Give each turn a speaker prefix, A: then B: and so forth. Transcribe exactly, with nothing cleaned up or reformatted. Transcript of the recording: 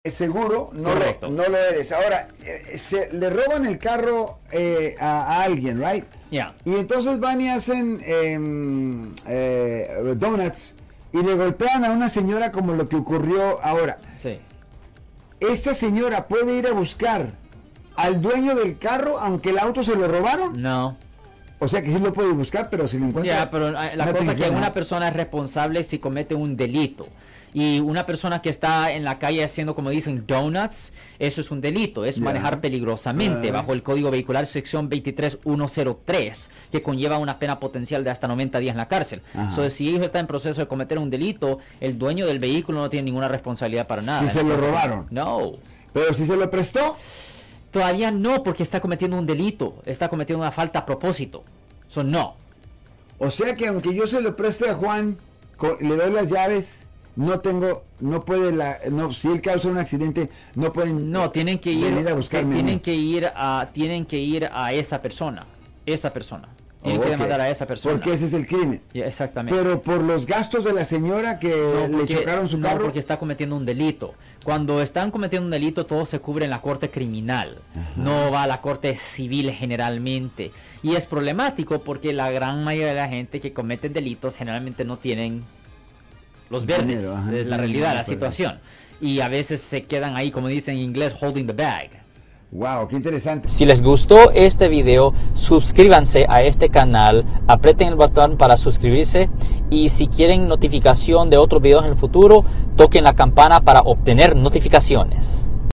A: seguro no
B: Correcto.
A: lo, no lo eres. Ahora, eh, se, le roban el carro eh, a, a alguien, right?
B: Ya.
A: Y entonces van y hacen eh, eh, donuts y le golpean a una señora como lo que ocurrió ahora.
B: Sí.
A: ¿Esta señora puede ir a buscar al dueño del carro aunque el auto se lo robaron?
B: No.
A: O sea que sí lo puede buscar, pero si lo encuentra...
B: Ya, pero la
A: no
B: cosa es que
A: nada.
B: una persona es responsable si comete un delito. Y una persona que está en la calle haciendo, como dicen, donuts, eso es un delito, es
A: Yeah.
B: manejar peligrosamente
A: Uh.
B: bajo el Código Vehicular sección veintitrés mil ciento tres, que conlleva una pena potencial de hasta noventa días en la cárcel.
A: Ajá.
B: Entonces, si ellos están en proceso de cometer un delito, el dueño del vehículo no tiene ninguna responsabilidad para nada.
A: Si se lo robaron.
B: No.
A: Pero si se lo prestó...
B: Todavía no, porque está cometiendo un delito, está cometiendo una falta a propósito. So, no.
A: O sea que aunque yo se lo preste a Juan, co- le doy las llaves, no tengo, no puede la, no, si él causa un accidente, no pueden,
B: No, tienen que ir,
A: venir a buscarme.
B: tienen
A: a mí.
B: que ir a, tienen que ir a esa persona, esa persona. Tienen
A: Oh,
B: que
A: ok.
B: demandar a esa persona.
A: Porque ese es el crimen.
B: Ya, exactamente.
A: Pero por los gastos de la señora que
B: No,
A: le
B: porque-
A: chocaron su
B: no,
A: carro.
B: porque está cometiendo un delito. Cuando están cometiendo un delito, todo se cubre en la corte criminal. No va a la corte civil generalmente. Y es problemático porque la gran mayoría de la gente que comete delitos generalmente no tienen los verdes.
A: Dinero, ajá,
B: Es la
A: no,
B: realidad,
A: no,
B: la
A: pero-
B: situación. Y a veces se quedan ahí, como dicen en inglés, holding the bag.
A: Wow, qué interesante.
C: Si les gustó este video, suscríbanse a este canal, aprieten el botón para suscribirse y si quieren notificación de otros videos en el futuro, toquen la campana para obtener notificaciones.